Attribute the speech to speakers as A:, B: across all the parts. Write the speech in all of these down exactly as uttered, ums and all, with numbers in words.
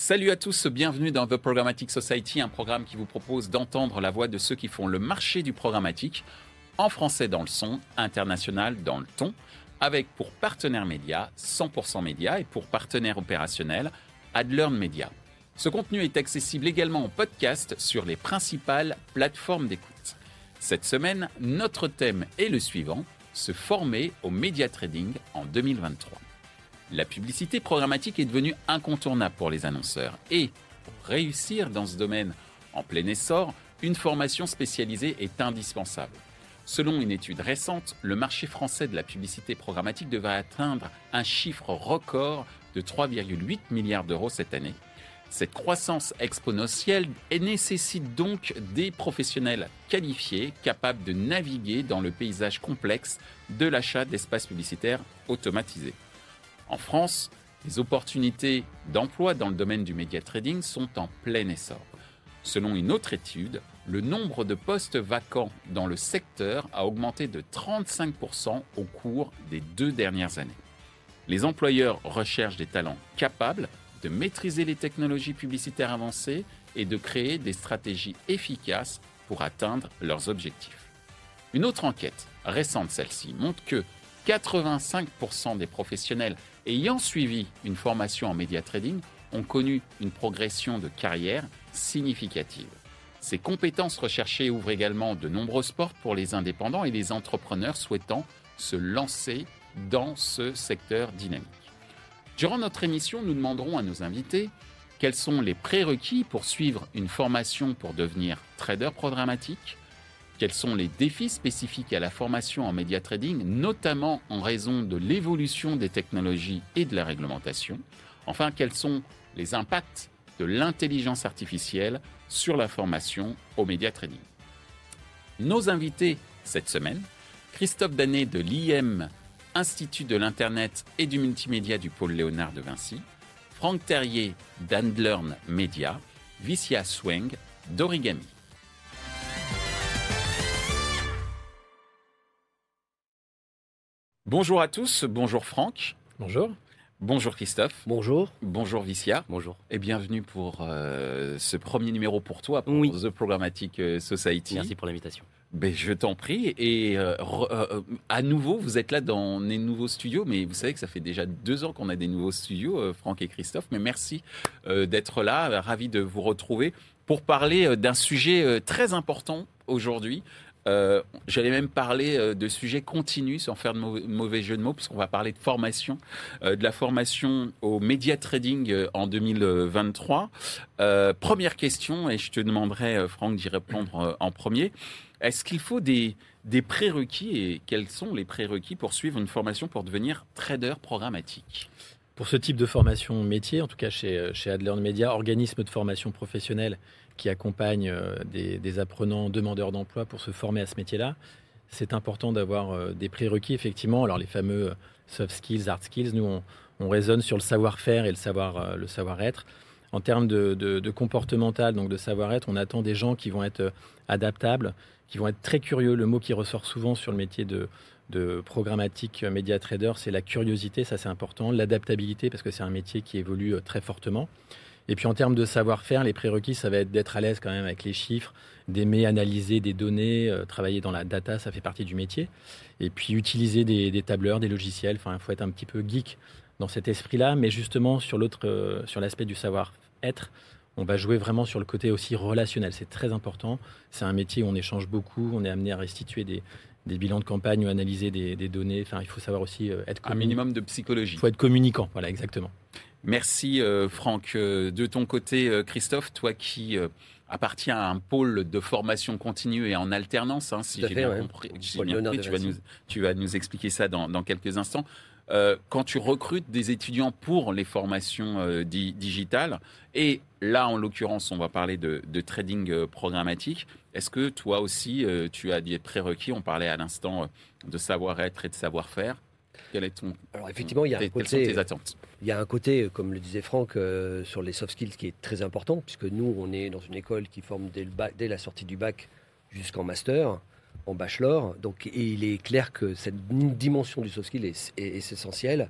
A: Salut à tous, bienvenue dans The Programmatic Society, un programme qui vous propose d'entendre la voix de ceux qui font le marché du programmatique, en français dans le son, international dans le ton, avec pour partenaire média cent pour cent média et pour partenaire opérationnel AdLearn Media. Ce contenu est accessible également en podcast sur les principales plateformes d'écoute. Cette semaine, notre thème est le suivant, se former au média trading en deux mille vingt-trois. La publicité programmatique est devenue incontournable pour les annonceurs et pour réussir dans ce domaine en plein essor, une formation spécialisée est indispensable. Selon une étude récente, le marché français de la publicité programmatique devrait atteindre un chiffre record de trois virgule huit milliards d'euros cette année. Cette croissance exponentielle nécessite donc des professionnels qualifiés, capables de naviguer dans le paysage complexe de l'achat d'espaces publicitaires automatisés. En France, les opportunités d'emploi dans le domaine du média trading sont en plein essor. Selon une autre étude, le nombre de postes vacants dans le secteur a augmenté de trente-cinq pour cent au cours des deux dernières années. Les employeurs recherchent des talents capables de maîtriser les technologies publicitaires avancées et de créer des stratégies efficaces pour atteindre leurs objectifs. Une autre enquête, récente celle-ci, montre que quatre-vingt-cinq pour cent des professionnels ayant suivi une formation en média trading ont connu une progression de carrière significative. Ces compétences recherchées ouvrent également de nombreuses portes pour les indépendants et les entrepreneurs souhaitant se lancer dans ce secteur dynamique. Durant notre émission, nous demanderons à nos invités quels sont les prérequis pour suivre une formation pour devenir trader programmatique, quels sont les défis spécifiques à la formation en média trading, notamment en raison de l'évolution des technologies et de la réglementation. Enfin, quels sont les impacts de l'intelligence artificielle sur la formation au média trading. Nos invités cette semaine, Christophe Danet de l'I M, Institut de l'Internet et du Multimédia du Pôle Léonard de Vinci, Franck Terrier d'AdLearn Media, Vicia Sweng d'Origami. Bonjour à tous, bonjour Franck.
B: Bonjour.
A: Bonjour Christophe.
C: Bonjour.
A: Bonjour Vicia.
C: Bonjour.
A: Et bienvenue pour euh, ce premier numéro pour toi, pour
C: oui.
A: The Programmatic Society.
C: Merci pour l'invitation.
A: Ben, je t'en prie. Et euh, re, euh, à nouveau, vous êtes là dans les nouveaux studios, mais vous savez que ça fait déjà deux ans qu'on a des nouveaux studios, euh, Franck et Christophe. Mais merci euh, d'être là, ravi de vous retrouver pour parler euh, d'un sujet euh, très important aujourd'hui. Euh, j'allais même parler euh, de sujets continus sans faire de mauvais, mauvais jeu de mots, puisqu'on va parler de formation, euh, de la formation au média trading euh, en deux mille vingt-trois. Euh, première question, et je te demanderai, euh, Franck, d'y répondre euh, en premier. Est-ce qu'il faut des, des prérequis et quels sont les prérequis pour suivre une formation pour devenir trader programmatique ?
B: Pour ce type de formation métier, en tout cas chez, chez AdLearn Media, organisme de formation professionnelle qui accompagne des, des apprenants demandeurs d'emploi pour se former à ce métier-là, c'est important d'avoir des prérequis, effectivement. Alors les fameux soft skills, hard skills, nous on, on raisonne sur le savoir-faire et le, savoir, le savoir-être. En termes de, de, de comportemental, donc de savoir-être, on attend des gens qui vont être adaptables, qui vont être très curieux. Le mot qui ressort souvent sur le métier de, de programmatique média trader, c'est la curiosité, ça c'est important. L'adaptabilité, parce que c'est un métier qui évolue très fortement. Et puis en termes de savoir-faire, les prérequis, ça va être d'être à l'aise quand même avec les chiffres, d'aimer analyser des données, euh, travailler dans la data, ça fait partie du métier. Et puis utiliser des, des tableurs, des logiciels, enfin il faut être un petit peu geek dans cet esprit-là, mais justement sur, l'autre, euh, sur l'aspect du savoir-être, on va jouer vraiment sur le côté aussi relationnel, c'est très important. C'est un métier où on échange beaucoup, on est amené à restituer des, des bilans de campagne ou analyser des, des données, enfin il faut savoir aussi euh, être...
A: Un communi- minimum de psychologie.
B: Il faut être communicant, voilà exactement.
A: Merci euh, Franck. Euh, de ton côté, euh, Christophe, toi qui euh, appartiens à un pôle de formation continue et en alternance, hein, si
C: Tout à
A: j'ai
C: fait,
A: bien
C: ouais.
A: compris, j'ai
C: Paul
A: bien
C: Léonard
A: compris
C: de
A: tu, vas
C: Vinci.
A: nous, tu vas nous expliquer ça dans, dans quelques instants. Euh, quand tu recrutes des étudiants pour les formations euh, di- digitales, et là en l'occurrence on va parler de, de trading euh, programmatique, est-ce que toi aussi euh, tu as des prérequis? On parlait à l'instant euh, de savoir-être et de savoir-faire. Quel est ton,
C: Alors effectivement, il y a un
A: quelles sont
C: côté,
A: tes attentes?
C: il y a un côté, comme le disait Franck, euh, sur les soft skills qui est très important, puisque nous, on est dans une école qui forme dès, le bac, dès la sortie du bac jusqu'en master, en bachelor. Donc, et il est clair que cette dimension du soft skill est, est, est essentielle.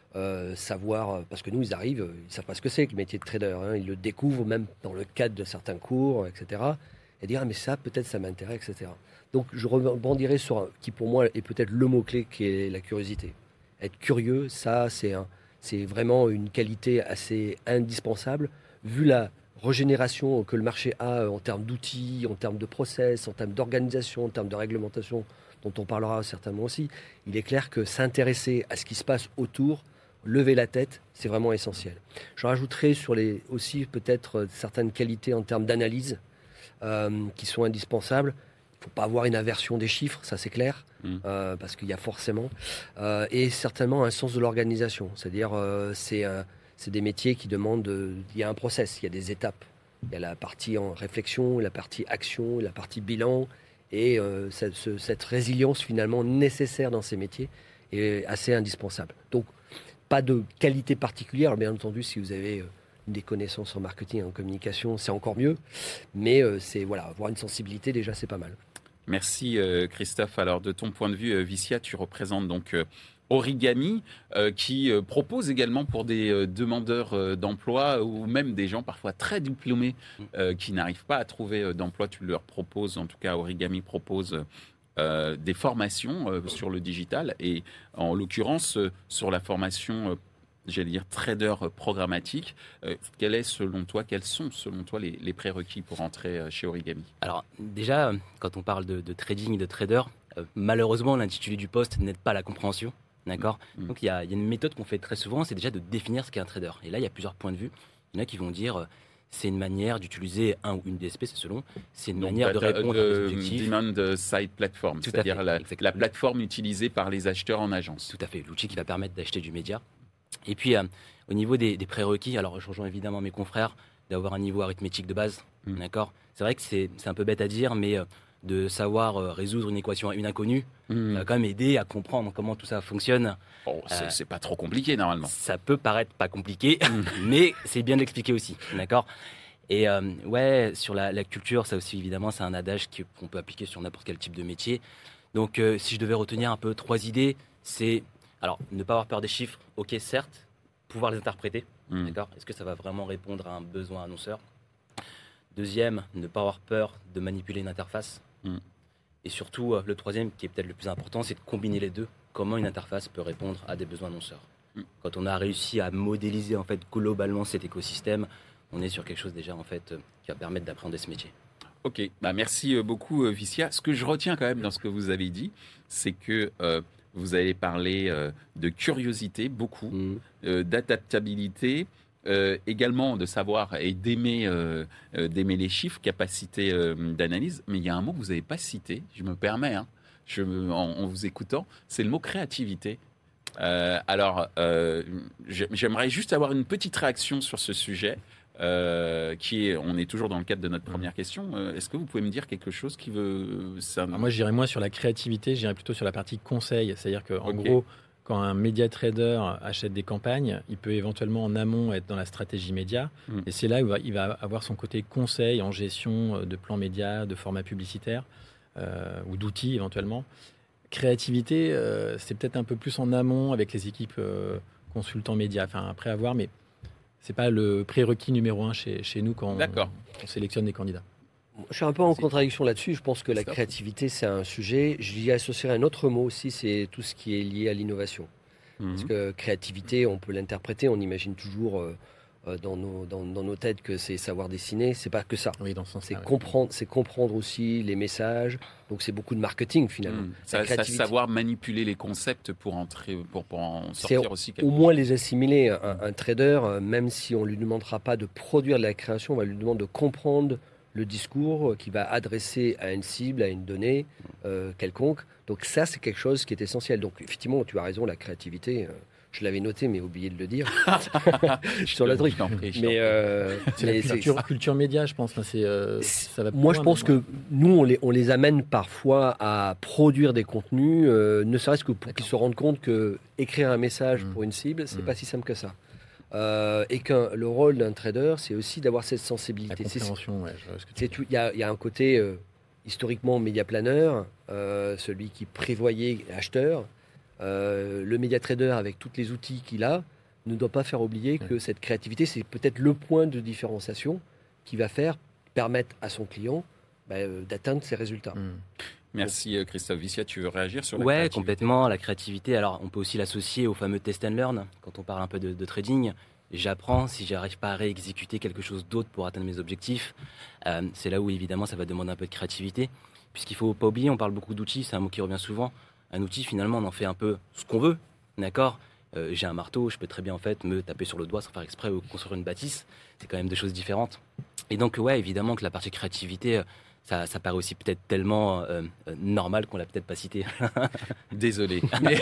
C: euh, savoir, parce que nous, ils arrivent, ils ne savent pas ce que c'est que le métier de trader. Hein, ils le découvrent même dans le cadre de certains cours, et cetera. Et dire, ah, mais ça, peut-être, ça m'intéresse, et cetera. Donc, je rebondirai sur un, qui, pour moi, est peut-être le mot-clé, qui est la curiosité. Être curieux, ça, c'est, un, c'est vraiment une qualité assez indispensable, vu la régénération que le marché a en termes d'outils, en termes de process, en termes d'organisation, en termes de réglementation, dont on parlera certainement aussi. Il est clair que s'intéresser à ce qui se passe autour, lever la tête, c'est vraiment essentiel. Je rajouterai sur les, aussi peut-être certaines qualités en termes d'analyse euh, qui sont indispensables. Il ne faut pas avoir une aversion des chiffres, ça c'est clair, mmh. euh, parce qu'il y a forcément, euh, et certainement un sens de l'organisation. C'est-à-dire, euh, c'est, euh, c'est des métiers qui demandent, euh, il y a un process, il y a des étapes. Il y a la partie en réflexion, la partie action, la partie bilan, et euh, cette, ce, cette résilience finalement nécessaire dans ces métiers est assez indispensable. Donc, pas de qualité particulière, bien entendu, si vous avez... Euh, des connaissances en marketing et en communication, c'est encore mieux. Mais euh, c'est, voilà, avoir une sensibilité, déjà, c'est pas mal.
A: Merci euh, Christophe. Alors, de ton point de vue, euh, Vicia, tu représentes donc euh, Origami, euh, qui euh, propose également pour des euh, demandeurs euh, d'emploi ou même des gens parfois très diplômés euh, qui n'arrivent pas à trouver euh, d'emploi. Tu leur proposes, en tout cas, Origami propose euh, des formations euh, sur le digital et en l'occurrence euh, sur la formation euh, j'allais dire trader programmatique. Euh, quel est selon toi, quels sont selon toi les, les prérequis pour entrer chez Origami ?
D: Alors déjà, quand on parle de, de trading, de trader, euh, malheureusement l'intitulé du poste n'aide pas à la compréhension. D'accord ? mmh. Donc il y, y a une méthode qu'on fait très souvent, c'est déjà de définir ce qu'est un trader. Et là, il y a plusieurs points de vue. Il y en a qui vont dire... Euh, c'est une manière d'utiliser un ou une D S P, c'est selon. C'est une Donc, manière de répondre de, à des objectifs.
A: Demand Side Platform, Tout c'est-à-dire la, la plateforme utilisée par les acheteurs en agence.
D: Tout à fait, l'outil qui va permettre d'acheter du média. Et puis, euh, au niveau des, des prérequis, alors je rejoins évidemment mes confrères d'avoir un niveau arithmétique de base. Mmh. D'accord ? C'est vrai que c'est, c'est un peu bête à dire, mais euh, de savoir euh, résoudre une équation à une inconnue, mmh. ça va quand même aider à comprendre comment tout ça fonctionne.
A: Bon, c'est, euh, c'est pas trop compliqué normalement.
D: Ça peut paraître pas compliqué, mmh. mais c'est bien d'expliquer aussi. D'accord ? Et euh, ouais, sur la, la culture, ça aussi évidemment, c'est un adage qu'on peut appliquer sur n'importe quel type de métier. Donc, euh, si je devais retenir un peu trois idées, c'est alors ne pas avoir peur des chiffres. Ok, certes, pouvoir les interpréter. Mmh. D'accord ? Est-ce que ça va vraiment répondre à un besoin annonceur ? Deuxième, ne pas avoir peur de manipuler une interface. Mmh. Et surtout, le troisième, qui est peut-être le plus important, c'est de combiner les deux. Comment une interface peut répondre à des besoins annonceurs. Mmh. Quand on a réussi à modéliser en fait globalement cet écosystème, on est sur quelque chose déjà en fait qui va permettre d'appréhender ce métier.
A: Ok, bah merci beaucoup Vicia. Ce que je retiens quand même dans ce que vous avez dit, c'est que euh, vous avez parlé euh, de curiosité beaucoup, mmh. euh, d'adaptabilité. Euh, également de savoir et d'aimer, euh, euh, d'aimer les chiffres, capacité euh, d'analyse. Mais il y a un mot que vous n'avez pas cité, je me permets, hein, je, en, en vous écoutant, c'est le mot créativité. Euh, alors, euh, j'aimerais juste avoir une petite réaction sur ce sujet, euh, qui est, on est toujours dans le cadre de notre première question. Euh, est-ce que vous pouvez me dire quelque chose qui veut... Ça...
B: Alors moi, j'irais moins sur la créativité, j'irais plutôt sur la partie conseil. C'est-à-dire qu'en okay. gros... Quand un média trader achète des campagnes, il peut éventuellement en amont être dans la stratégie média. Mmh. Et c'est là où il va avoir son côté conseil en gestion de plans médias, de formats publicitaires euh, ou d'outils éventuellement. Créativité, euh, c'est peut-être un peu plus en amont avec les équipes euh, consultants médias. Enfin, après avoir, mais ce n'est pas le prérequis numéro un chez, chez nous quand on, on sélectionne les candidats.
C: Je suis un peu en contradiction là-dessus. Je pense que la créativité, c'est un sujet. J'y associerai un autre mot aussi, c'est tout ce qui est lié à l'innovation. Mmh. Parce que créativité, on peut l'interpréter. On imagine toujours euh, dans, nos, dans, dans nos têtes que c'est savoir dessiner. C'est pas que ça.
B: Oui, dans ce sens,
C: c'est,
B: ouais.
C: comprendre, c'est comprendre aussi les messages. Donc, c'est beaucoup de marketing finalement.
A: Mmh. Ça, ça, savoir manipuler les concepts pour, entrer, pour, pour en sortir
C: c'est
A: aussi.
C: Au moins les assimiler. Un, un trader, même si on ne lui demandera pas de produire de la création, on va lui demander de comprendre le discours qui va adresser à une cible, à une donnée euh, quelconque. Donc ça, c'est quelque chose qui est essentiel. Donc effectivement, tu as raison, la créativité, euh, je l'avais noté, mais oublié de le dire sur le truc. Mais euh,
B: c'est mais la culture, c'est, culture média, je pense. C'est, euh, ça va
C: moi, je pense que nous, on les, on les amène parfois à produire des contenus, euh, ne serait-ce que pour D'accord. qu'ils se rendent compte que écrire un message mmh. pour une cible, c'est mmh. pas si simple que ça. Euh, et que le rôle d'un trader, c'est aussi d'avoir cette sensibilité.
B: La compréhension, ouais,
C: il y, y a un côté euh, historiquement média planeur, euh, celui qui prévoyait acheteur. euh, le média trader, avec tous les outils qu'il a, ne doit pas faire oublier que cette créativité, c'est peut-être le point de différenciation qui va faire permettre à son client bah, euh, d'atteindre ses résultats.
B: Mmh.
A: Merci euh, Christophe Vicia, tu veux réagir sur la
D: Ouais,
A: créativité?
D: complètement. La créativité, alors on peut aussi l'associer au fameux test and learn. Quand on parle un peu de, de trading, j'apprends si j'arrive pas à réexécuter quelque chose d'autre pour atteindre mes objectifs. Euh, c'est là où évidemment ça va demander un peu de créativité. Puisqu'il faut pas oublier, on parle beaucoup d'outils, c'est un mot qui revient souvent. Un outil, finalement, on en fait un peu ce qu'on veut, d'accord ? euh, J'ai un marteau, je peux très bien en fait me taper sur le doigt sans faire exprès ou construire une bâtisse. C'est quand même deux choses différentes. Et donc ouais, évidemment que la partie créativité, Ça, ça paraît aussi peut-être tellement euh, euh, normal qu'on l'a peut-être pas cité.
A: Désolé. Mais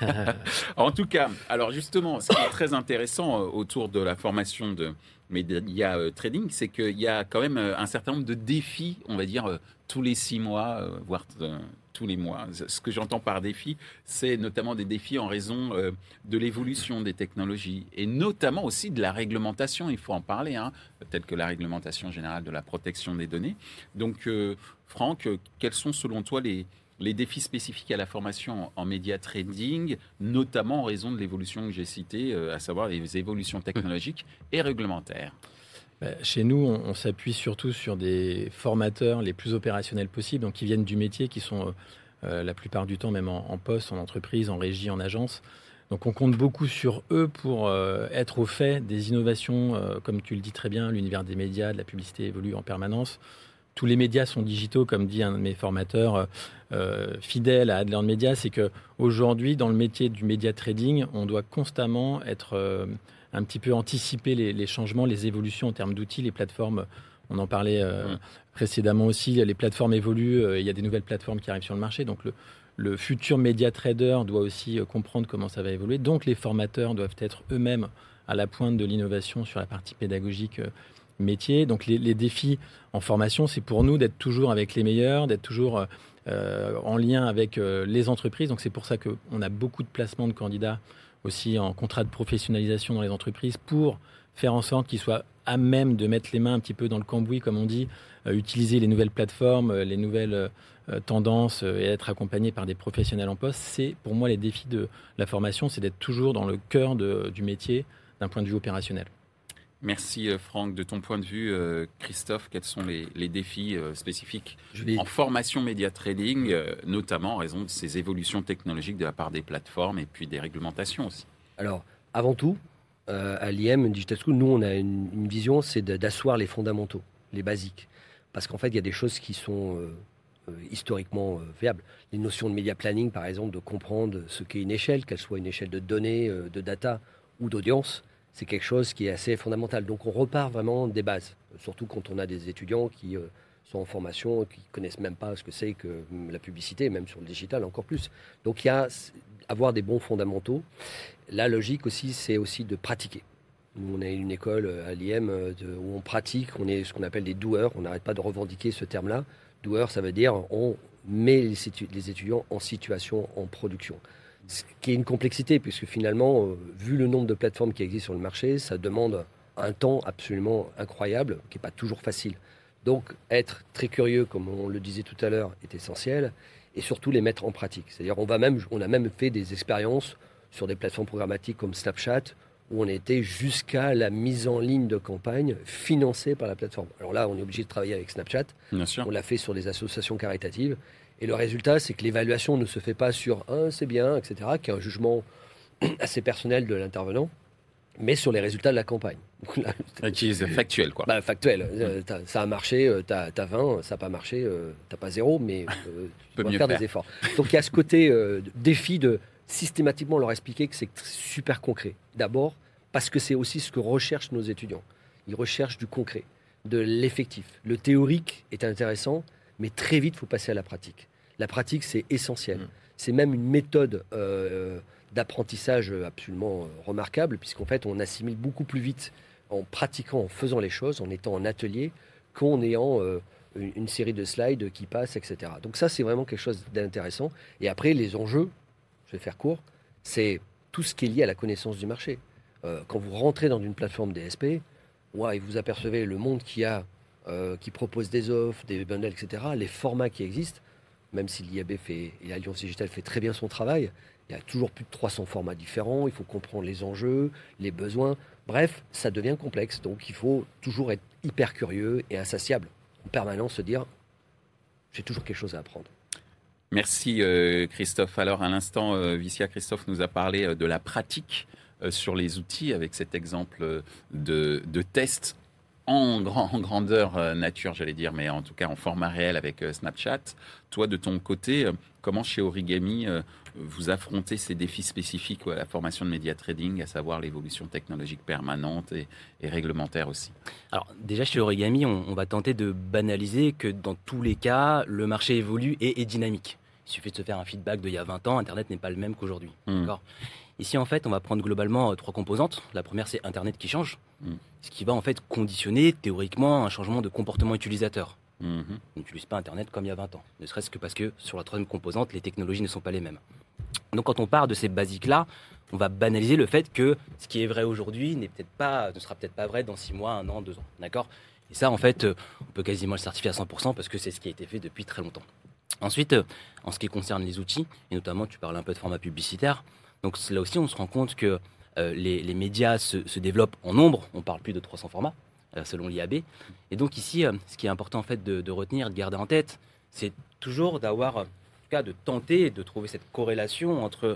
A: en tout cas, alors justement, ce qui est très intéressant euh, autour de la formation de média euh, trading, c'est qu'il y a quand même euh, un certain nombre de défis, on va dire, euh, tous les six mois, euh, voire euh, tous les mois. Ce que j'entends par défi, c'est notamment des défis en raison euh, de l'évolution des technologies et notamment aussi de la réglementation. Il faut en parler, hein. Peut-être que la réglementation générale de la protection des données. Donc, euh, Franck, euh, quels sont selon toi les, les défis spécifiques à la formation en, en média trading, notamment en raison de l'évolution que j'ai citée, euh, à savoir les évolutions technologiques et réglementaires?
B: Chez nous, on, on s'appuie surtout sur des formateurs les plus opérationnels possibles, donc qui viennent du métier, qui sont euh, la plupart du temps même en, en poste, en entreprise, en régie, en agence. Donc on compte beaucoup sur eux pour euh, être au fait des innovations, euh, comme tu le dis très bien, l'univers des médias, de la publicité évolue en permanence. Tous les médias sont digitaux, comme dit un de mes formateurs euh, fidèles à Adler Media, c'est qu'aujourd'hui, dans le métier du média trading, on doit constamment être... Euh, un petit peu anticiper les, les changements, les évolutions en termes d'outils, les plateformes. On en parlait euh, mmh. précédemment aussi. Les plateformes évoluent. Euh, il y a des nouvelles plateformes qui arrivent sur le marché. Donc, le, le futur média trader doit aussi euh, comprendre comment ça va évoluer. Donc, les formateurs doivent être eux-mêmes à la pointe de l'innovation sur la partie pédagogique euh, métier. Donc, les, les défis en formation, c'est pour nous d'être toujours avec les meilleurs, d'être toujours euh, en lien avec euh, les entreprises. Donc, c'est pour ça qu'on a beaucoup de placements de candidats aussi en contrat de professionnalisation dans les entreprises pour faire en sorte qu'ils soient à même de mettre les mains un petit peu dans le cambouis, comme on dit, euh, utiliser les nouvelles plateformes, euh, les nouvelles euh, tendances euh, et être accompagnés par des professionnels en poste. C'est pour moi les défis de la formation, c'est d'être toujours dans le cœur de, du métier d'un point de vue opérationnel.
A: Merci Franck. De ton point de vue, euh, Christophe, quels sont les, les défis euh, spécifiques
C: vais...
A: en formation média trading, euh, notamment en raison de ces évolutions technologiques de la part des plateformes et puis des réglementations aussi?
C: Alors, avant tout, euh, à l'I M Digital School, nous, on a une, une vision, c'est de, d'asseoir les fondamentaux, les basiques. Parce qu'en fait, il y a des choses qui sont euh, euh, historiquement euh, viables. Les notions de média planning, par exemple, de comprendre ce qu'est une échelle, qu'elle soit une échelle de données, euh, de data ou d'audience, c'est quelque chose qui est assez fondamental. Donc on repart vraiment des bases, surtout quand on a des étudiants qui euh, sont en formation, qui ne connaissent même pas ce que c'est que la publicité, même sur le digital encore plus. Donc il y a avoir des bons fondamentaux. La logique aussi, c'est aussi de pratiquer. Nous, on a une école à l'I M de, où on pratique, on est ce qu'on appelle des doueurs, on n'arrête pas de revendiquer ce terme-là. Doueur, ça veut dire on met les, les étudiants en situation, en production. Ce qui est une complexité, puisque finalement, euh, vu le nombre de plateformes qui existent sur le marché, ça demande un temps absolument incroyable, qui n'est pas toujours facile. Donc, être très curieux, comme on le disait tout à l'heure, est essentiel, et surtout les mettre en pratique. C'est-à-dire, on, va même, on a même fait des expériences sur des plateformes programmatiques comme Snapchat, où on était jusqu'à la mise en ligne de campagne financée par la plateforme. Alors là, on est obligé de travailler avec Snapchat.
A: Bien sûr.
C: On l'a fait sur des associations caritatives. Et le résultat, c'est que l'évaluation ne se fait pas sur un, ah, c'est bien, et cetera, qui est un jugement assez personnel de l'intervenant, mais sur les résultats de la campagne.
A: Qui est factuel, quoi.
C: Bah, factuel. Euh, ça a marché, tu as vingt, ça n'a pas marché, euh, tu n'as pas zéro, mais euh, tu dois faire, faire des efforts. Donc il y a ce côté euh, défi de systématiquement leur expliquer que c'est super concret. D'abord, parce que c'est aussi ce que recherchent nos étudiants. Ils recherchent du concret, de l'effectif. Le théorique est intéressant, mais très vite, il faut passer à la pratique. La pratique, c'est essentiel. Mmh. C'est même une méthode euh, d'apprentissage absolument euh, remarquable, puisqu'en fait, on assimile beaucoup plus vite en pratiquant, en faisant les choses, en étant en atelier, qu'en ayant euh, une, une série de slides qui passent, et cetera. Donc ça, c'est vraiment quelque chose d'intéressant. Et après, les enjeux, je vais faire court, c'est tout ce qui est lié à la connaissance du marché. Euh, quand vous rentrez dans une plateforme D S P, ouais, et vous apercevez le monde qu'il y a, euh, qui propose des offres, des bundles, et cetera, les formats qui existent, même si l'I A B fait, et l'Alliance Digitale fait très bien son travail, il y a toujours plus de trois cents formats différents, il faut comprendre les enjeux, les besoins. Bref, ça devient complexe. Donc, il faut toujours être hyper curieux et insatiable. En permanence, se dire, j'ai toujours quelque chose à apprendre.
A: Merci euh, Christophe. Alors, à l'instant, euh, Vicia Christophe nous a parlé euh, de la pratique euh, sur les outils avec cet exemple euh, de, de test en, grand, en grandeur euh, nature, j'allais dire, mais en tout cas en format réel avec euh, Snapchat. Toi, de ton côté, euh, comment chez Origami euh, vous affrontez ces défis spécifiques à la formation de média trading, à savoir l'évolution technologique permanente et, et réglementaire aussi?
D: Alors déjà chez Origami, on, on va tenter de banaliser que dans tous les cas, le marché évolue et est dynamique. Il suffit de se faire un feedback d'il y a vingt ans, Internet n'est pas le même qu'aujourd'hui. Mmh. D'accord ? Ici, en fait, on va prendre globalement euh, trois composantes. La première, c'est Internet qui change, mmh. ce qui va en fait conditionner théoriquement un changement de comportement utilisateur. Mmh. On n'utilise pas Internet comme il y a vingt ans, ne serait-ce que parce que sur la troisième composante, les technologies ne sont pas les mêmes. Donc quand on part de ces basiques-là, on va banaliser le fait que ce qui est vrai aujourd'hui n'est peut-être pas, ne sera peut-être pas vrai dans six mois, un an, deux ans. D'accord ? Et ça, en fait, on peut quasiment le certifier à cent pour cent parce que c'est ce qui a été fait depuis très longtemps. Ensuite, en ce qui concerne les outils, et notamment tu parles un peu de format publicitaire, donc là aussi on se rend compte que euh, les, les médias se, se développent en nombre, on parle plus de trois cents formats, euh, selon l'I A B. Et donc ici, euh, ce qui est important en fait de, de retenir, de garder en tête, c'est toujours d'avoir, en tout cas de tenter de trouver cette corrélation entre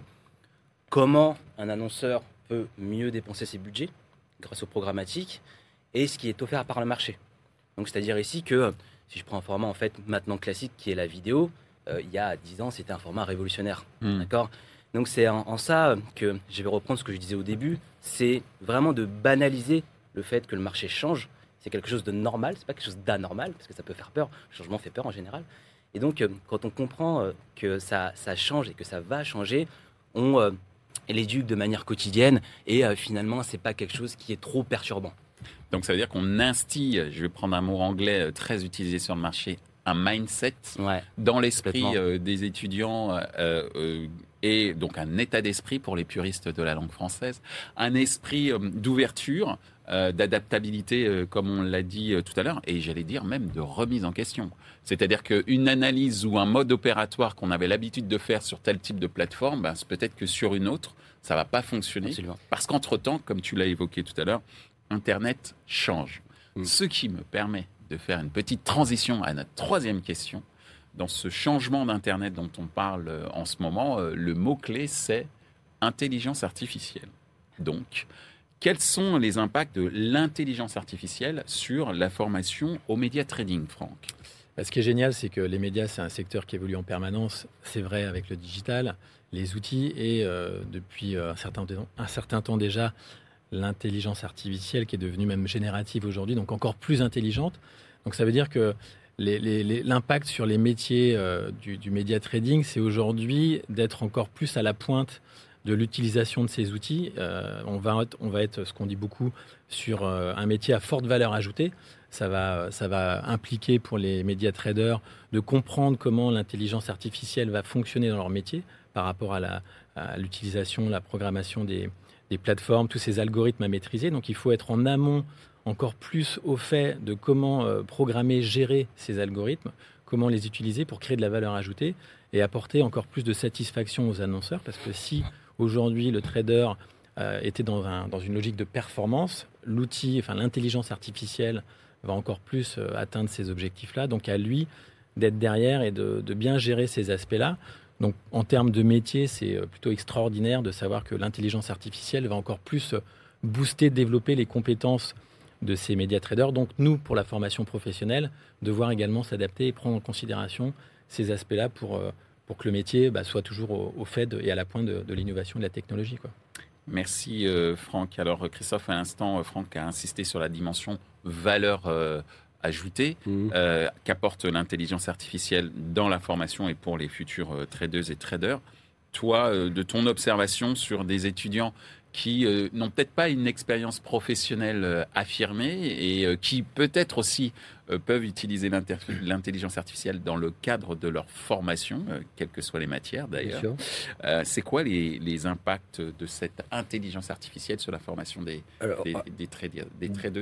D: comment un annonceur peut mieux dépenser ses budgets grâce au programmatique et ce qui est offert par le marché. Donc c'est-à-dire ici que si je prends un format en fait maintenant classique qui est la vidéo, euh, il y a dix ans c'était un format révolutionnaire, mmh. d'accord ? Donc c'est en, en ça que je vais reprendre ce que je disais au début, c'est vraiment de banaliser le fait que le marché change. C'est quelque chose de normal, c'est pas quelque chose d'anormal parce que ça peut faire peur. Le changement fait peur en général. Et donc euh, quand on comprend euh, que ça, ça change et que ça va changer, on euh, l'éduque de manière quotidienne et euh, finalement c'est pas quelque chose qui est trop perturbant.
A: Donc ça veut dire qu'on instille, je vais prendre un mot anglais très utilisé sur le marché, un mindset
D: ouais,
A: dans l'esprit euh, des étudiants euh, euh, et donc un état d'esprit pour les puristes de la langue française, un esprit euh, d'ouverture, euh, d'adaptabilité euh, comme on l'a dit euh, tout à l'heure, et j'allais dire même de remise en question. C'est-à-dire qu'une analyse ou un mode opératoire qu'on avait l'habitude de faire sur tel type de plateforme, ben, c'est peut-être que sur une autre, ça ne va pas fonctionner.
D: Absolument. Parce
A: qu'entre-temps, comme tu l'as évoqué tout à l'heure, Internet change. Mmh. Ce qui me permet de faire une petite transition à notre troisième question. Dans ce changement d'Internet dont on parle en ce moment, le mot-clé, c'est intelligence artificielle. Donc, quels sont les impacts de l'intelligence artificielle sur la formation au média trading, Franck ?
B: Ce qui est génial, c'est que les médias, c'est un secteur qui évolue en permanence. C'est vrai avec le digital, les outils et euh, depuis un certain, un certain temps déjà, l'intelligence artificielle qui est devenue même générative aujourd'hui, donc encore plus intelligente. Donc ça veut dire que les, les, les, l'impact sur les métiers euh, du, du média trading, c'est aujourd'hui d'être encore plus à la pointe de l'utilisation de ces outils. Euh, on, va être, on va être, ce qu'on dit beaucoup, sur euh, un métier à forte valeur ajoutée. Ça va, ça va impliquer pour les média traders de comprendre comment l'intelligence artificielle va fonctionner dans leur métier par rapport à, la, à l'utilisation, la programmation des des plateformes, tous ces algorithmes à maîtriser. Donc, il faut être en amont encore plus au fait de comment euh, programmer, gérer ces algorithmes, comment les utiliser pour créer de la valeur ajoutée et apporter encore plus de satisfaction aux annonceurs. Parce que si aujourd'hui le trader euh, était dans, un, dans une logique de performance, l'outil, enfin l'intelligence artificielle va encore plus euh, atteindre ces objectifs-là. Donc, à lui d'être derrière et de, de bien gérer ces aspects-là. Donc, en termes de métier, c'est plutôt extraordinaire de savoir que l'intelligence artificielle va encore plus booster, développer les compétences de ces média traders. Donc, nous, pour la formation professionnelle, devoir également s'adapter et prendre en considération ces aspects-là pour, pour que le métier bah, soit toujours au, au fait de, et à la pointe de, de l'innovation et de la technologie, quoi.
A: Merci euh, Franck. Alors, Christophe, à l'instant, Franck a insisté sur la dimension valeur euh, ajoutée mmh. euh, qu'apporte l'intelligence artificielle dans la formation et pour les futurs euh, traders et traders. Toi, euh, de ton observation sur des étudiants qui euh, n'ont peut-être pas une expérience professionnelle euh, affirmée et euh, qui peut-être aussi euh, peuvent utiliser l'inter- l'intelligence artificielle dans le cadre de leur formation, euh, quelles que soient les matières d'ailleurs. Euh, c'est quoi les, les impacts de cette intelligence artificielle sur la formation des, Alors, des, des, traders, des traders et traders ?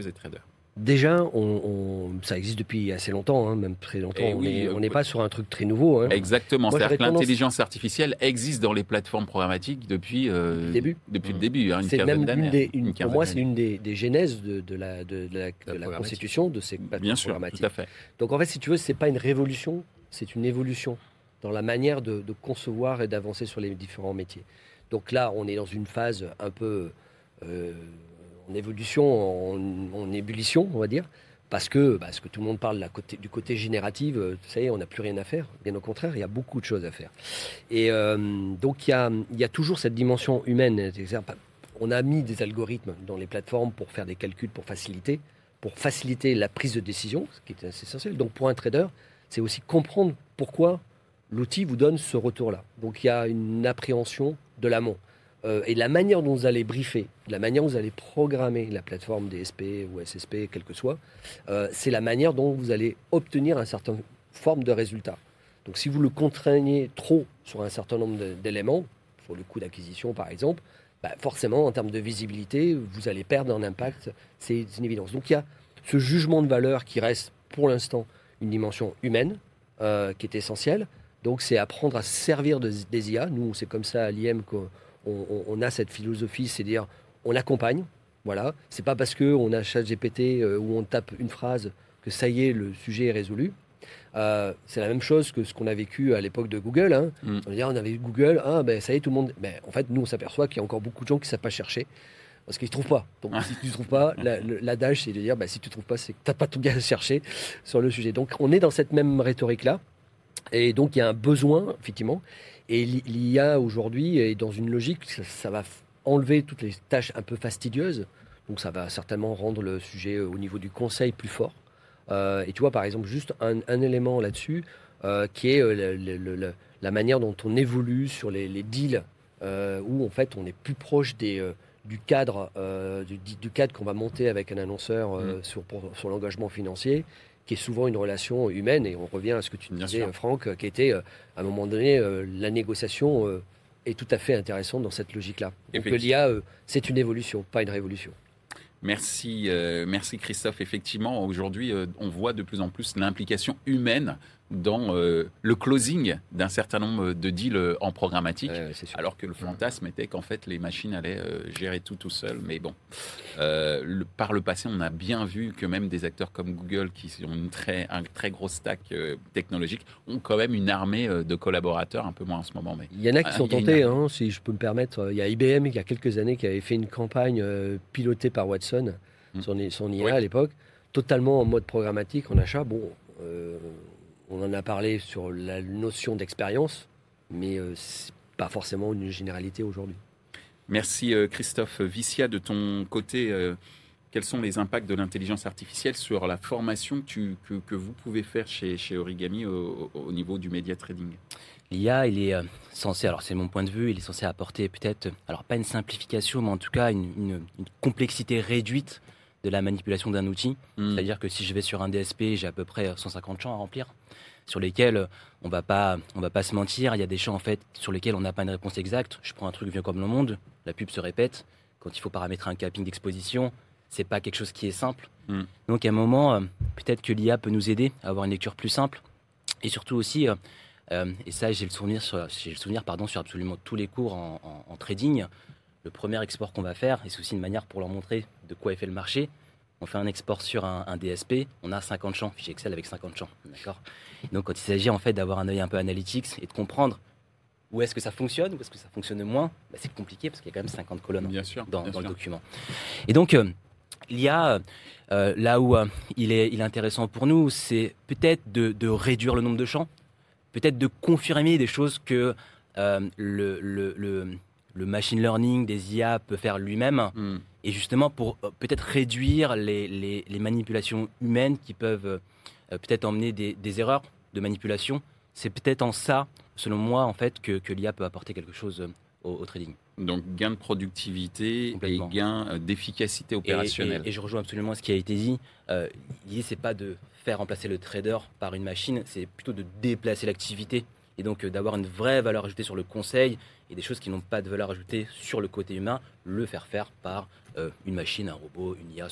C: Déjà, on, on- ça existe depuis assez longtemps, hein, même très longtemps.
A: Eh
C: on
A: oui,
C: n'est
A: euh,
C: on n'est pas sur un truc très nouveau. Hein.
A: Exactement.
C: Moi,
A: C'est-à-dire
C: j'aurais
A: que
C: tendance-
A: l'intelligence artificielle existe dans les plateformes programmatiques depuis, euh,
C: Depuis le début.
A: Depuis le
B: Mmh.
A: début, hein, une
C: C'est
A: quinzaine
C: même
A: d'années.
C: une des, une-
A: Une
C: pour
A: quinzaine
C: moi, c'est
A: d'années.
C: une des, des genèses de, de la, de, de la, de la
B: programmatique.
C: constitution de ces plateformes
A: Bien sûr,
C: programmatiques.
A: tout à fait.
C: Donc en fait, si tu veux, c'est pas une révolution, c'est une évolution dans la manière de, de concevoir et d'avancer sur les différents métiers. Donc là, on est dans une phase un peu euh, en évolution, en, en ébullition, on va dire, parce que, parce que tout le monde parle de la côté, du côté génératif, euh, ça y est, on n'a plus rien à faire. Bien au contraire, il y a beaucoup de choses à faire. Et euh, donc il y a, il y a toujours cette dimension humaine. C'est-à-dire, on a mis des algorithmes dans les plateformes pour faire des calculs, pour faciliter, pour faciliter la prise de décision, ce qui est assez essentiel. Donc pour un trader, c'est aussi comprendre pourquoi l'outil vous donne ce retour-là. Donc il y a une appréhension de l'amont. Euh, et la manière dont vous allez briefer, la manière dont vous allez programmer la plateforme D S P ou S S P, quel que soit, euh, c'est la manière dont vous allez obtenir un certain forme de résultat. Donc si vous le contraignez trop sur un certain nombre de- d'éléments, sur le coût d'acquisition par exemple, bah, forcément en termes de visibilité, vous allez perdre en impact, c'est une évidence. Donc il y a ce jugement de valeur qui reste pour l'instant une dimension humaine, euh, qui est essentielle. Donc c'est apprendre à se servir de, des I A. Nous, c'est comme ça à l'I M qu'on on, on a cette philosophie, c'est dire on l'accompagne. Voilà, c'est pas parce que on a ChatGPT euh, où on tape une phrase que ça y est, le sujet est résolu. Euh, c'est la même chose que ce qu'on a vécu à l'époque de Google. Hein.
A: Mm.
C: On, va dire, on avait eu Google, ah, ben, ça y est, tout le monde. Ben, en fait, nous, on s'aperçoit qu'il y a encore beaucoup de gens qui ne savent pas chercher parce qu'ils ne trouvent pas. Donc, si tu ne trouves pas, la- le- l'adage, c'est de dire, ben, si tu ne trouves pas, c'est que tu n'as pas tout bien cherché sur le sujet. Donc, on est dans cette même rhétorique-là. Et donc, il y a un besoin, effectivement. Et l'I A, aujourd'hui, est dans une logique, ça, ça va f- enlever toutes les tâches un peu fastidieuses. Donc, ça va certainement rendre le sujet euh, au niveau du conseil plus fort. Euh, et tu vois, par exemple, juste un, un élément là-dessus, euh, qui est euh, le- le- le- le- la manière dont on évolue sur les, les deals, euh, où en fait on est plus proche des, euh, du cadre, euh, du, du cadre qu'on va monter avec un annonceur euh,
A: Mm.
C: sur, pour- sur l'engagement financier, qui est souvent une relation humaine. Et on revient à ce que tu
A: Bien
C: disais,
A: sûr.
C: euh, Franck, euh, qui était, euh, à un moment donné, euh, la négociation euh, est tout à fait intéressante dans cette logique-là. Donc
A: Effectivement.
C: l'I A, euh, c'est une évolution, pas une révolution.
A: Merci, euh, merci Christophe. Effectivement, aujourd'hui, euh, on voit de plus en plus l'implication humaine dans euh, le closing d'un certain nombre de deals euh, en programmatique.
C: Ouais, c'est sûr.
A: Alors que le fantasme était qu'en fait les machines allaient euh, gérer tout tout seul. Mais bon, euh, le- par le passé, on a bien vu que même des acteurs comme Google, qui ont une très, un très gros stack euh, technologique, ont quand même une armée euh, de collaborateurs, un peu moins en ce moment. Mais
C: Il y en a qui
A: Ah,
C: sont
A: il y a une
C: tentés,
A: arme.
C: hein, si je peux me permettre. Il y a I B M, il y a quelques années, qui avait fait une campagne euh, pilotée par Watson,
A: Mm.
C: son, son I A
A: Oui.
C: à l'époque, totalement en mode programmatique, en achat. Bon, euh, on en a parlé sur la notion d'expérience, mais euh, c'est pas forcément une généralité aujourd'hui.
A: merci euh, Christophe Vicia. De ton côté, euh, quels sont les impacts de l'intelligence artificielle sur la formation que, tu- que, que vous pouvez faire chez, chez Origami au, au- au niveau du média trading?
D: L'I A, il est euh, censé, alors c'est mon point de vue, il est censé apporter peut-être, alors pas une simplification, mais en tout cas une, une- une complexité réduite de la manipulation d'un outil.
A: Hmm.
D: C'est-à-dire que si je vais sur un D S P, j'ai à peu près cent cinquante champs à remplir, sur lesquels euh, on va pas, on va pas se mentir. Il y a des champs en fait sur lesquels on n'a pas une réponse exacte. Je prends un truc vieux comme le monde, la pub se répète. Quand il faut paramétrer un capping d'exposition, c'est pas quelque chose qui est simple.
A: Mm.
D: Donc à un moment, euh, peut-être que l'I A peut nous aider à avoir une lecture plus simple. Et surtout aussi, euh, euh, et ça j'ai le souvenir, sur, j'ai le souvenir pardon, sur absolument tous les cours en, en- en trading. Le premier export qu'on va faire, et c'est aussi une manière pour leur montrer de quoi est fait le marché. On fait un export sur un, un D S P, on a cinquante champs, fichier Excel avec cinquante champs, d'accord. Donc quand il s'agit en fait d'avoir un œil un peu analytics et de comprendre où est-ce que ça fonctionne, où est-ce que ça fonctionne moins, bah, c'est compliqué parce qu'il y a quand même cinquante colonnes
A: Bien sûr.
D: dans,
A: bien
D: dans le
A: sûr.
D: document. Et donc, euh, l'I A, euh, là où euh, il, est, il est intéressant pour nous, c'est peut-être de, de réduire le nombre de champs, peut-être de confirmer des choses que euh, le, le, le, le machine learning des I A peut faire lui-même,
A: Hmm.
D: et justement pour euh, peut-être réduire les, les, les manipulations humaines qui peuvent euh, peut-être emmener des, des erreurs de manipulation. C'est peut-être en ça, selon moi, en fait, que, que l'I A peut apporter quelque chose euh, au, au trading.
A: Donc gain de productivité et
D: Complètement.
A: gain euh, d'efficacité
D: Et,
A: opérationnelle.
D: et- et je rejoins absolument ce qui a été dit. Euh, L'idée, c'est pas de faire remplacer le trader par une machine, c'est plutôt de déplacer l'activité et donc euh, d'avoir une vraie valeur ajoutée sur le conseil et des choses qui n'ont pas de valeur ajoutée sur le côté humain, le faire faire par euh, une machine, un robot, une I A, ce qu'on veut.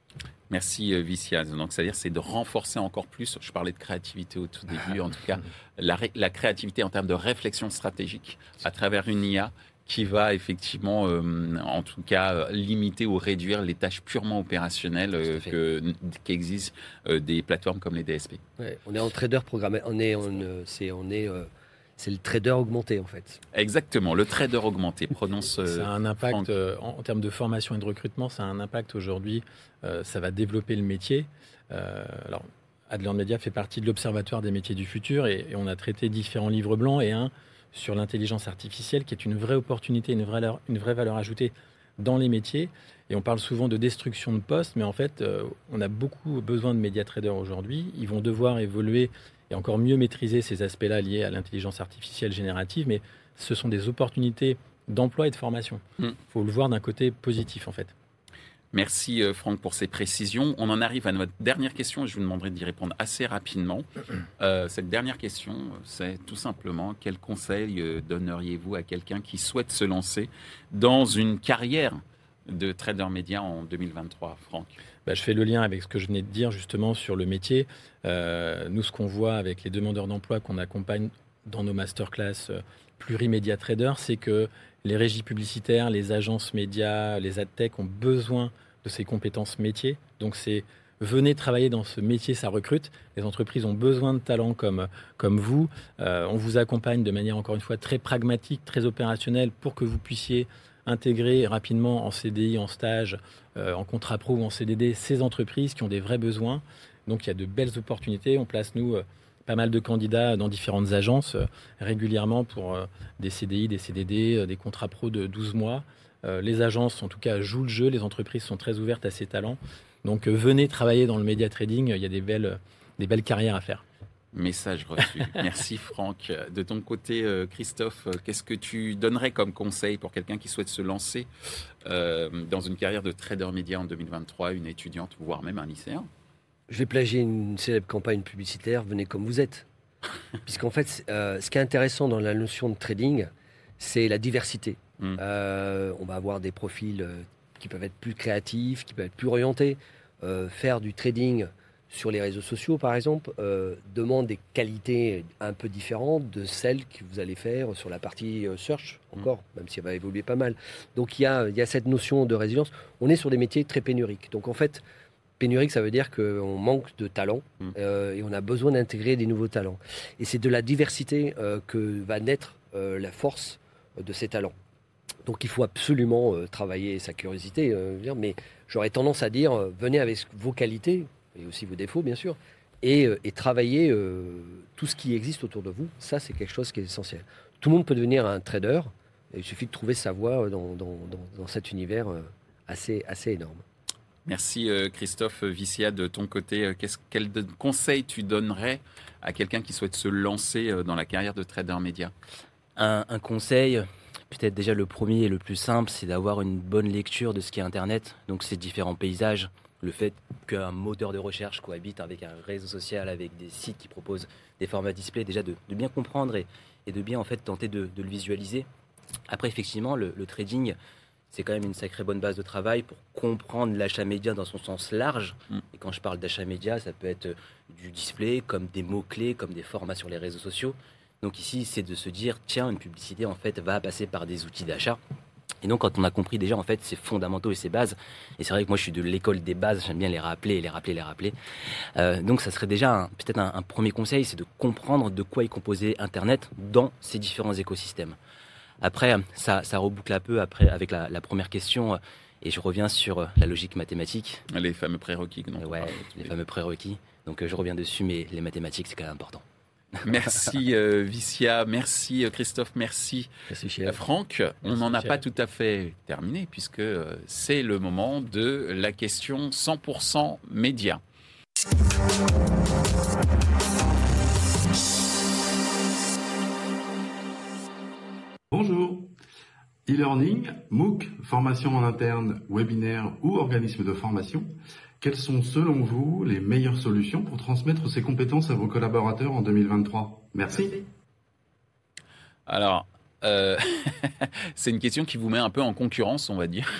A: Merci euh, Vicia. Donc, c'est-à-dire, c'est de renforcer encore plus, je parlais de créativité au tout début, en tout cas, la, ré- la créativité en termes de réflexion stratégique à travers une I A qui va effectivement, euh, en tout cas, euh, limiter ou réduire les tâches purement opérationnelles euh, que, qu'existent euh, des plateformes comme les D S P.
C: Ouais, on est en trader programmé, on est, on, euh, c'est, on est, euh, c'est le trader augmenté en fait.
A: Exactement, le trader augmenté. Prononce. Euh,
B: ça a un impact
A: Franck.
B: euh, en, en termes de formation et de recrutement, ça a un impact aujourd'hui. Euh, ça va développer le métier. Euh, alors, Adler Media fait partie de l'Observatoire des métiers du futur et, et on a traité différents livres blancs et un sur l'intelligence artificielle qui est une vraie opportunité, une vraie, une vraie valeur ajoutée dans les métiers. Et on parle souvent de destruction de postes, mais en fait, euh, on a beaucoup besoin de média traders aujourd'hui. Ils vont devoir évoluer et encore mieux maîtriser ces aspects-là liés à l'intelligence artificielle générative, mais ce sont des opportunités d'emploi et de formation. Il
A: Mm.
B: faut le voir d'un côté positif, en fait.
A: Merci euh, Franck pour ces précisions. On en arrive à notre dernière question et je vous demanderai d'y répondre assez rapidement. Euh, cette dernière question, c'est tout simplement quel conseil euh, donneriez-vous à quelqu'un qui souhaite se lancer dans une carrière de trader média en deux mille vingt-trois, Franck?
B: Bah, je fais le lien avec ce que je venais de dire justement sur le métier. Euh, nous, ce qu'on voit avec les demandeurs d'emploi qu'on accompagne dans nos masterclass euh, plurimédia traders, c'est que les régies publicitaires, les agences médias, les adtech ont besoin de ces compétences métiers. Donc c'est venez travailler dans ce métier, ça recrute. Les entreprises ont besoin de talents comme, comme vous. Euh, on vous accompagne de manière encore une fois très pragmatique, très opérationnelle pour que vous puissiez intégrer rapidement en C D I, en stage, euh, en contrat pro ou en C D D ces entreprises qui ont des vrais besoins. Donc il y a de belles opportunités. On place nous euh, pas mal de candidats dans différentes agences euh, régulièrement pour euh, des C D I, des C D D, euh, des contrats pro de douze mois. Euh, les agences, en tout cas, jouent le jeu. Les entreprises sont très ouvertes à ces talents. Donc, euh, venez travailler dans le média trading. Il y a des belles, des belles carrières à faire.
A: Message reçu. Merci Franck. De ton côté, euh, Christophe, euh, qu'est-ce que tu donnerais comme conseil pour quelqu'un qui souhaite se lancer euh, dans une carrière de trader média en deux mille vingt-trois, une étudiante, voire même un lycéen?
C: Je vais plagier une célèbre campagne publicitaire, venez comme vous êtes. Puisqu'en fait, euh, ce qui est intéressant dans la notion de trading, c'est la diversité.
A: Mm.
C: Euh, on va avoir des profils euh, qui peuvent être plus créatifs, qui peuvent être plus orientés. Euh, faire du trading sur les réseaux sociaux, par exemple, euh, demande des qualités un peu différentes de celles que vous allez faire sur la partie euh, search, encore, mm. même si elle va évoluer pas mal. Donc il y a, il y a cette notion de résilience. On est sur des métiers très pénuriques. Donc en fait, pénurique, ça veut dire qu'on manque de talents
A: Mm.
C: euh, et on a besoin d'intégrer des nouveaux talents. Et c'est de la diversité euh, que va naître euh, la force de ces talents. Donc il faut absolument euh, travailler sa curiosité, euh, dire, mais j'aurais tendance à dire, euh, venez avec vos qualités, et aussi vos défauts bien sûr, et, euh, et travailler euh, tout ce qui existe autour de vous. Ça, c'est quelque chose qui est essentiel. Tout le monde peut devenir un trader, et il suffit de trouver sa voie dans, dans, dans, dans cet univers euh, assez, assez énorme.
A: Merci euh, Christophe Vicia. De ton côté, euh, qu'est-ce, quel de- conseil tu donnerais à quelqu'un qui souhaite se lancer euh, dans la carrière de trader média?
D: Un, un conseil, peut-être déjà le premier et le plus simple, c'est d'avoir une bonne lecture de ce qu'est Internet, donc ces différents paysages, le fait qu'un moteur de recherche cohabite avec un réseau social, avec des sites qui proposent des formats display, déjà de, de bien comprendre et, et de bien en fait tenter de, de le visualiser. Après, effectivement, le, le trading, c'est quand même une sacrée bonne base de travail pour comprendre l'achat média dans son sens large.
A: Mm.
D: Et quand je parle d'achat média, ça peut être du display, comme des mots-clés, comme des formats sur les réseaux sociaux. Donc ici, c'est de se dire, tiens, une publicité, en fait, va passer par des outils d'achat. Et donc, quand on a compris déjà, en fait, ses fondamentaux et ses bases, et c'est vrai que moi, je suis de l'école des bases, j'aime bien les rappeler, les rappeler, les rappeler. Euh, donc, ça serait déjà un- peut-être un, un premier conseil, c'est de comprendre de quoi est composé Internet dans ces différents écosystèmes. Après, ça, ça reboucle un peu après avec la, la première question, euh, et je reviens sur euh, la logique mathématique.
A: Les fameux prérequis dont
D: Euh,
A: on
D: ouais,
A: parlait tous
D: les
A: les
D: fameux prérequis. Donc, euh, je reviens dessus, mais les mathématiques, c'est quand même important.
A: Merci euh, Vicia, merci euh, Christophe, merci
C: Merci,
A: euh,
C: cher.
A: Franck. On
B: Merci,
A: n'en a
B: cher.
A: pas tout à fait terminé puisque euh, c'est le moment de la question cent pour cent média.
E: Bonjour. E-learning, MOOC, formation en interne, webinaire ou organisme de formation. Quelles sont selon vous les meilleures solutions pour transmettre ces compétences à vos collaborateurs en deux mille vingt-trois? Merci.
A: Alors, euh, c'est une question qui vous met un peu en concurrence, on va dire.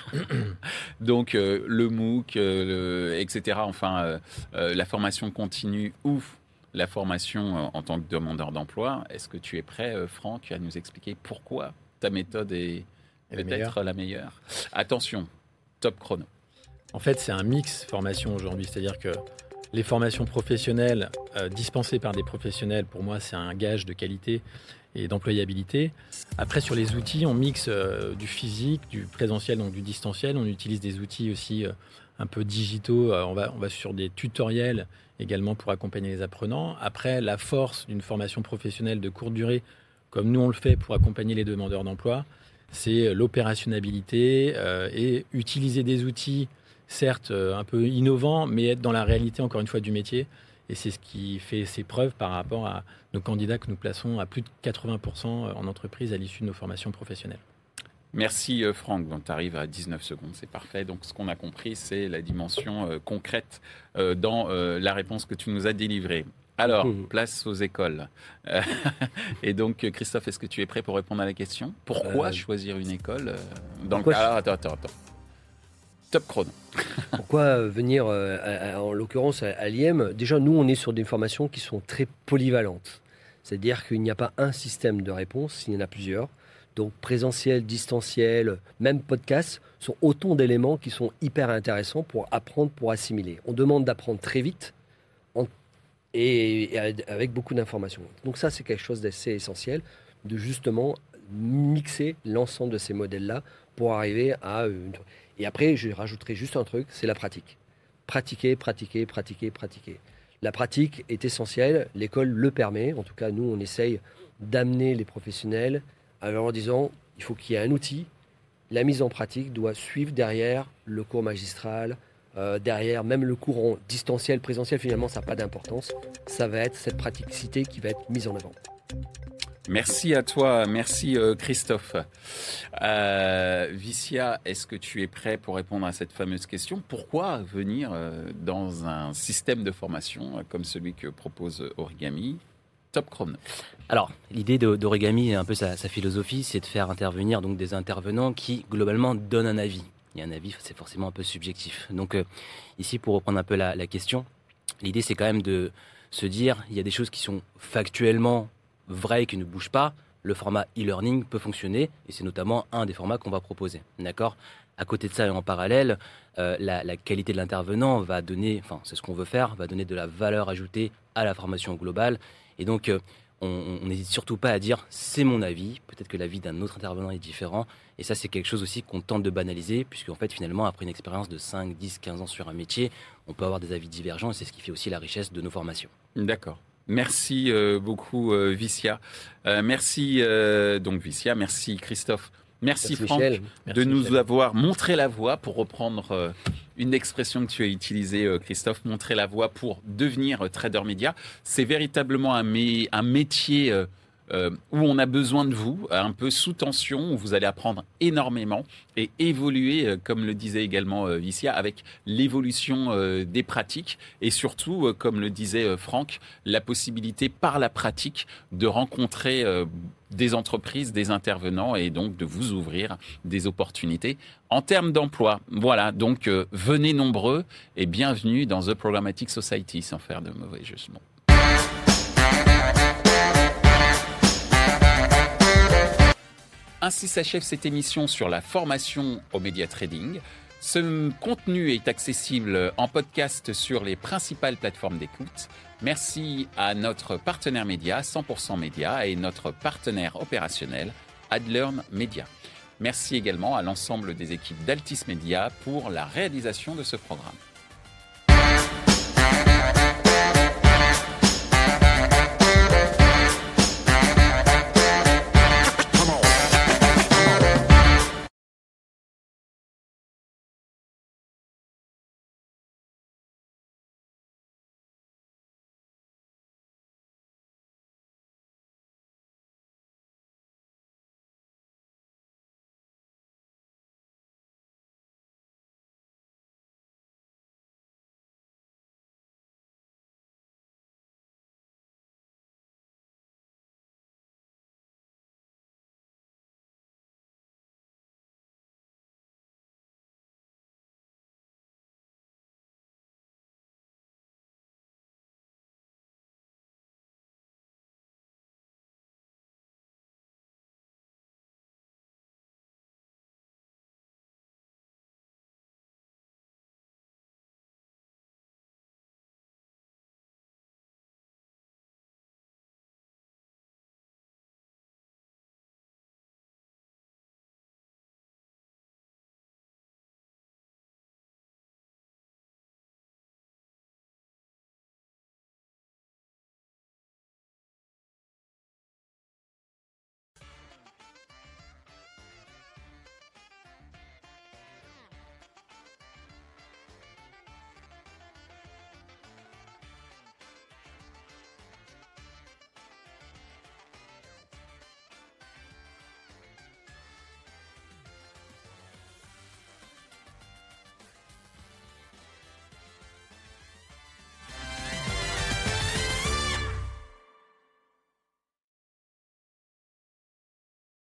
A: Donc, euh, le MOOC, euh, le, et cetera, enfin, euh, euh, la formation continue ou la formation euh, en tant que demandeur d'emploi. Est-ce que tu es prêt, euh, Franck, à nous expliquer pourquoi ta méthode est
B: Et la
A: peut-être
B: meilleure.
A: la meilleure? Attention, top chrono.
B: En fait, c'est un mix formation aujourd'hui, c'est-à-dire que les formations professionnelles euh, dispensées par des professionnels, pour moi, c'est un gage de qualité et d'employabilité. Après, sur les outils, on mixe euh, du physique, du présentiel, donc du distanciel. On utilise des outils aussi euh, un peu digitaux. Euh, on va, on va sur des tutoriels également pour accompagner les apprenants. Après, la force d'une formation professionnelle de courte durée, comme nous on le fait pour accompagner les demandeurs d'emploi, c'est l'opérationnalité euh, et utiliser des outils certes euh, un peu innovants, mais être dans la réalité, encore une fois, du métier. Et c'est ce qui fait ses preuves par rapport à nos candidats que nous plaçons à plus de quatre-vingts pour cent en entreprise à l'issue de nos formations professionnelles.
A: Merci euh, Franck, donc tu arrives à dix-neuf secondes, c'est parfait. Donc ce qu'on a compris, c'est la dimension euh, concrète euh, dans euh, la réponse que tu nous as délivrée. Alors,
C: Mmh.
A: place aux écoles. Euh, et donc, Christophe, est-ce que tu es prêt pour répondre à la question? Pourquoi
C: Euh,
A: choisir une école euh, dans
C: pourquoi
A: le... Alors, attends, attends, attends. Top chrono.
C: Pourquoi euh, venir, euh, à- à- en l'occurrence, à, à l'I M? Déjà, nous, on est sur des formations qui sont très polyvalentes. C'est-à-dire qu'il n'y a pas un système de réponse, il y en a plusieurs. Donc, présentiel, distanciel, même podcast, sont autant d'éléments qui sont hyper intéressants pour apprendre, pour assimiler. On demande d'apprendre très vite en- et, et avec beaucoup d'informations. Donc ça, c'est quelque chose d'assez essentiel, de justement mixer l'ensemble de ces modèles-là pour arriver à une... Et après, je rajouterai juste un truc, c'est la pratique. Pratiquer, pratiquer, pratiquer, pratiquer. La pratique est essentielle, l'école le permet. En tout cas, nous, on essaye d'amener les professionnels en leur disant, il faut qu'il y ait un outil. La mise en pratique doit suivre derrière le cours magistral, euh, derrière même le cours en distanciel, présentiel, finalement, ça n'a pas d'importance. Ça va être cette praticité qui va être mise en avant.
A: Merci à toi, merci euh, Christophe. Euh, Vicia, est-ce que tu es prêt pour répondre à cette fameuse question? Pourquoi venir euh, dans un système de formation euh, comme celui que propose Origami? Top chrono.
D: Alors, l'idée de- d'Origami et un peu sa, sa philosophie, c'est de faire intervenir donc des intervenants qui, globalement, donnent un avis. Et un avis, c'est forcément un peu subjectif. Donc, euh, ici, pour reprendre un peu la, la question, l'idée, c'est quand même de se dire, il y a des choses qui sont factuellement vraies et qui ne bougent pas. Le format e-learning peut fonctionner, et c'est notamment un des formats qu'on va proposer. D'accord ? À côté de ça et en parallèle, euh, la, la qualité de l'intervenant va donner, enfin, c'est ce qu'on veut faire, va donner de la valeur ajoutée à la formation globale. Et donc, euh, on n'hésite surtout pas à dire c'est mon avis, peut-être que l'avis d'un autre intervenant est différent. Et ça, c'est quelque chose aussi qu'on tente de banaliser, puisqu'en fait, finalement, après une expérience de cinq, dix, quinze ans sur un métier, on peut avoir des avis divergents et c'est ce qui fait aussi la richesse de nos formations.
A: D'accord. Merci euh, beaucoup, euh, Vicia. Euh, merci, euh, donc, Vicia. Merci, Christophe. Merci,
C: Merci,
A: Franck,
C: Michel.
B: Merci,
A: de nous
B: Michel.
A: avoir montré la voie, pour reprendre euh, une expression que tu as utilisée, euh, Christophe, montrer la voie pour devenir euh, trader média. C'est véritablement un, mé- un métier euh, euh, où on a besoin de vous, un peu sous tension, où vous allez apprendre énormément et évoluer, euh, comme le disait également euh, Vicia, avec l'évolution euh, des pratiques et surtout, euh, comme le disait euh, Franck, la possibilité par la pratique de rencontrer euh, des entreprises, des intervenants et donc de vous ouvrir des opportunités en termes d'emploi. Voilà, donc euh, venez nombreux et bienvenue dans The Programmatic Society, sans faire de mauvais jeu de mots. Ainsi s'achève cette émission sur la formation au média trading. Ce contenu est accessible en podcast sur les principales plateformes d'écoute. Merci à notre partenaire média, cent pour cent Média, et notre partenaire opérationnel, Adlearn Media. Merci également à l'ensemble des équipes d'Altis Media pour la réalisation de ce programme.